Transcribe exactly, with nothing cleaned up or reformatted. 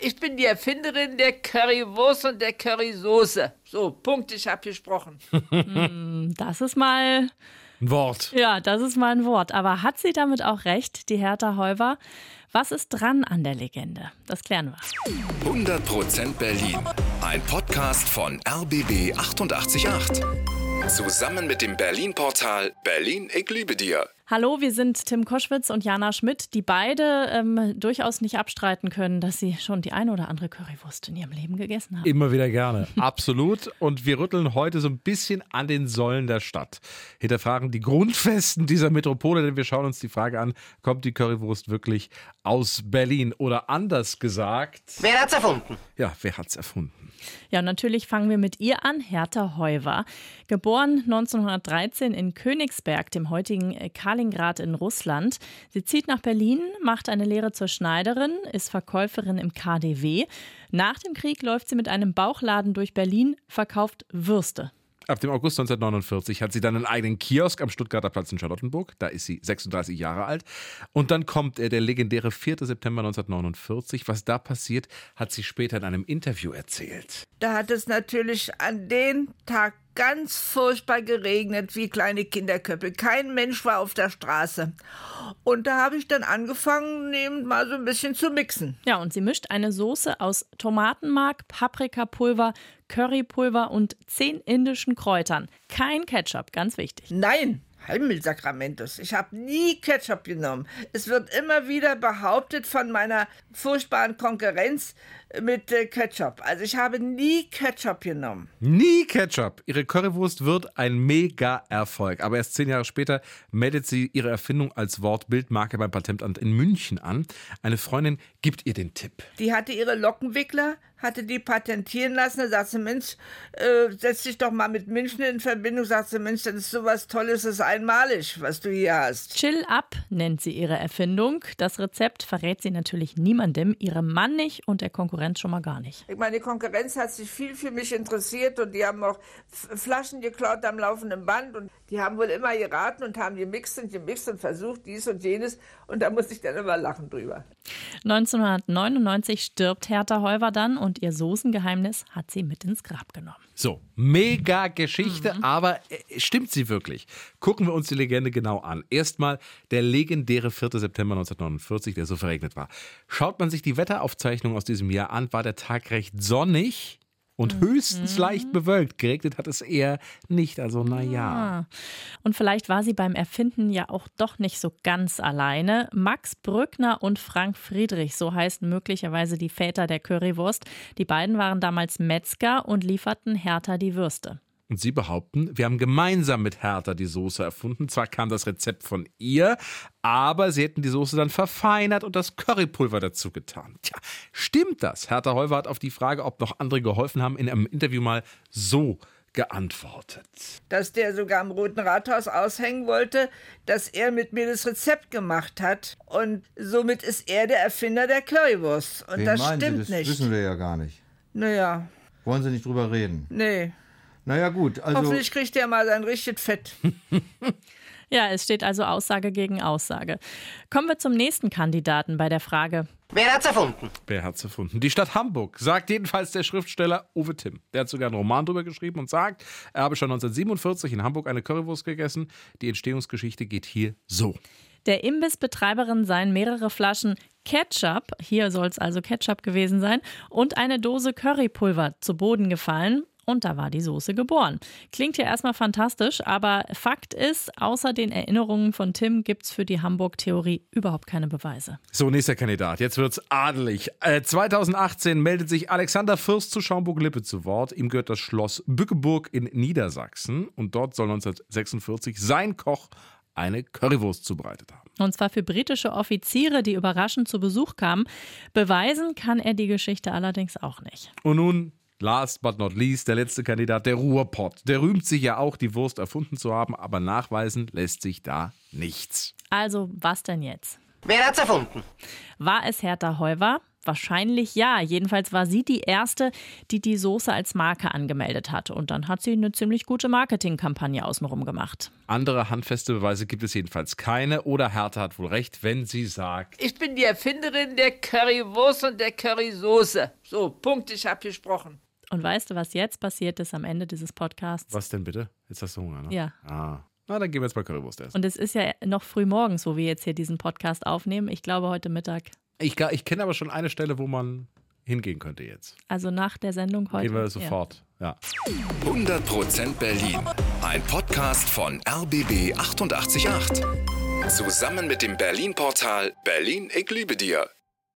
Ich bin die Erfinderin der Currywurst und der Currysoße. So, Punkt, ich habe gesprochen. Das ist mal... Ein Wort. Ja, das ist mal ein Wort. Aber hat sie damit auch recht, die Hertha Heuwer? Was ist dran an der Legende? Das klären wir. hundert Prozent Berlin. Ein Podcast von R B B achtundachtzig Komma acht. Zusammen mit dem Berlin-Portal Berlin, ich liebe dir. Hallo, wir sind Tim Koschwitz und Jana Schmidt, die beide ähm, durchaus nicht abstreiten können, dass sie schon die eine oder andere Currywurst in ihrem Leben gegessen haben. Immer wieder gerne, absolut. Und wir rütteln heute so ein bisschen an den Säulen der Stadt. Hinterfragen die Grundfesten dieser Metropole, denn wir schauen uns die Frage an, kommt die Currywurst wirklich aus Berlin? Oder anders gesagt... Wer hat's erfunden? Ja, wer hat's erfunden? Ja, und natürlich fangen wir mit ihr an, Hertha Heuwer. Geboren neunzehnhundertdreizehn in Königsberg, dem heutigen Kaliningrad in Russland. Sie zieht nach Berlin, macht eine Lehre zur Schneiderin, ist Verkäuferin im K D W. Nach dem Krieg läuft sie mit einem Bauchladen durch Berlin, verkauft Würste. Ab dem August neunzehnhundertneunundvierzig hat sie dann einen eigenen Kiosk am Stuttgarter Platz in Charlottenburg. Da ist sie sechsunddreißig Jahre alt. Und dann kommt äh, der legendäre vierter September neunzehnhundertneunundvierzig. Was da passiert, hat sie später in einem Interview erzählt. Da hat es natürlich an den Tag ganz furchtbar geregnet, wie kleine Kinderköpfe. Kein Mensch war auf der Straße. Und da habe ich dann angefangen, eben mal so ein bisschen zu mixen. Ja, und sie mischt eine Soße aus Tomatenmark, Paprikapulver, Currypulver und zehn indischen Kräutern. Kein Ketchup, ganz wichtig. Nein, Himmelsakramentus, ich habe nie Ketchup genommen. Es wird immer wieder behauptet von meiner furchtbaren Konkurrenz mit äh, Ketchup. Also ich habe nie Ketchup genommen. Nie Ketchup. Ihre Currywurst wird ein Mega-Erfolg. Aber erst zehn Jahre später meldet sie ihre Erfindung als Wortbildmarke beim Patentamt in München an. Eine Freundin gibt ihr den Tipp. Die hatte ihre Lockenwickler, hatte die patentieren lassen. Da sagt sie, Mensch, äh, setz dich doch mal mit München in Verbindung. Sagt sie, Mensch, das ist sowas Tolles, das ist einmalig, was du hier hast. Chill Up nennt sie ihre Erfindung. Das Rezept verrät sie natürlich niemandem, ihrem Mann nicht und der Konkurrenz schon mal gar nicht. Ich meine, die Konkurrenz hat sich viel für mich interessiert und die haben auch F- Flaschen geklaut am laufenden Band und die haben wohl immer geraten und haben gemixt und gemixt und versucht dies und jenes und da musste ich dann immer lachen drüber. neunzehnhundertneunundneunzig stirbt Hertha Heuwer dann und ihr Soßengeheimnis hat sie mit ins Grab genommen. So, mega Geschichte, mhm. aber äh, stimmt sie wirklich? Gucken wir uns die Legende genau an. Erstmal der legendäre vierter September neunzehnhundertneunundvierzig, der so verregnet war. Schaut man sich die Wetteraufzeichnung aus diesem Jahr an, war der Tag recht sonnig und höchstens mhm. leicht bewölkt. Geregnet hat es eher nicht, also naja. Und vielleicht war sie beim Erfinden ja auch doch nicht so ganz alleine. Max Brückner und Frank Friedrich, so heißen möglicherweise die Väter der Currywurst. Die beiden waren damals Metzger und lieferten Hertha die Würste. Und sie behaupten, wir haben gemeinsam mit Hertha die Soße erfunden. Zwar kam das Rezept von ihr, aber sie hätten die Soße dann verfeinert und das Currypulver dazu getan. Tja, stimmt das? Hertha Heuwer hat auf die Frage, ob noch andere geholfen haben, in einem Interview mal so geantwortet. Dass der sogar im Roten Rathaus aushängen wollte, dass er mit mir das Rezept gemacht hat und somit ist er der Erfinder der Currywurst. Und Wen das meinen stimmt Sie? Das nicht. wissen wir ja gar nicht. Naja, Wollen Sie nicht drüber reden? nee. Naja gut, also... Hoffentlich kriegt er mal sein richtig Fett. Ja, es steht also Aussage gegen Aussage. Kommen wir zum nächsten Kandidaten bei der Frage. Wer hat's erfunden? Wer hat's erfunden? Die Stadt Hamburg, sagt jedenfalls der Schriftsteller Uwe Timm. Der hat sogar einen Roman drüber geschrieben und sagt, er habe schon neunzehnhundertsiebenundvierzig in Hamburg eine Currywurst gegessen. Die Entstehungsgeschichte geht hier so. Der Imbissbetreiberin seien mehrere Flaschen Ketchup, hier soll es also Ketchup gewesen sein, und eine Dose Currypulver zu Boden gefallen. Und da war die Soße geboren. Klingt ja erstmal fantastisch, aber Fakt ist, außer den Erinnerungen von Tim gibt es für die Hamburg-Theorie überhaupt keine Beweise. So, nächster Kandidat. Jetzt wird's adelig. Äh, zweitausendachtzehn meldet sich Alexander Fürst zu Schaumburg-Lippe zu Wort. Ihm gehört das Schloss Bückeburg in Niedersachsen. Und dort soll neunzehnhundertsechsundvierzig sein Koch eine Currywurst zubereitet haben. Und zwar für britische Offiziere, die überraschend zu Besuch kamen. Beweisen kann er die Geschichte allerdings auch nicht. Und nun... Last but not least, der letzte Kandidat, der Ruhrpott. Der rühmt sich ja auch, die Wurst erfunden zu haben, aber nachweisen lässt sich da nichts. Also, was denn jetzt? Wer hat's erfunden? War es Hertha Heuwer? Wahrscheinlich ja. Jedenfalls war sie die Erste, die die Soße als Marke angemeldet hat. Und dann hat sie eine ziemlich gute Marketingkampagne außenrum gemacht. Andere handfeste Beweise gibt es jedenfalls keine. Oder Hertha hat wohl recht, wenn sie sagt... Ich bin die Erfinderin der Currywurst und der Currysoße. So, Punkt, ich habe gesprochen. Und weißt du, was jetzt passiert ist am Ende dieses Podcasts? Was denn bitte? Jetzt hast du Hunger, ne? Ja. Ah. Na, dann gehen wir jetzt mal Currywurst essen. Und es ist ja noch früh morgens, wo wir jetzt hier diesen Podcast aufnehmen. Ich glaube heute Mittag. Ich, ich kenne aber schon eine Stelle, wo man hingehen könnte jetzt. Also nach der Sendung heute. Gehen wir sofort, ja. ja. hundert Prozent Berlin. Ein Podcast von R B B achtundachtzig Komma acht. Zusammen mit dem Berlin-Portal Berlin, ich liebe dir.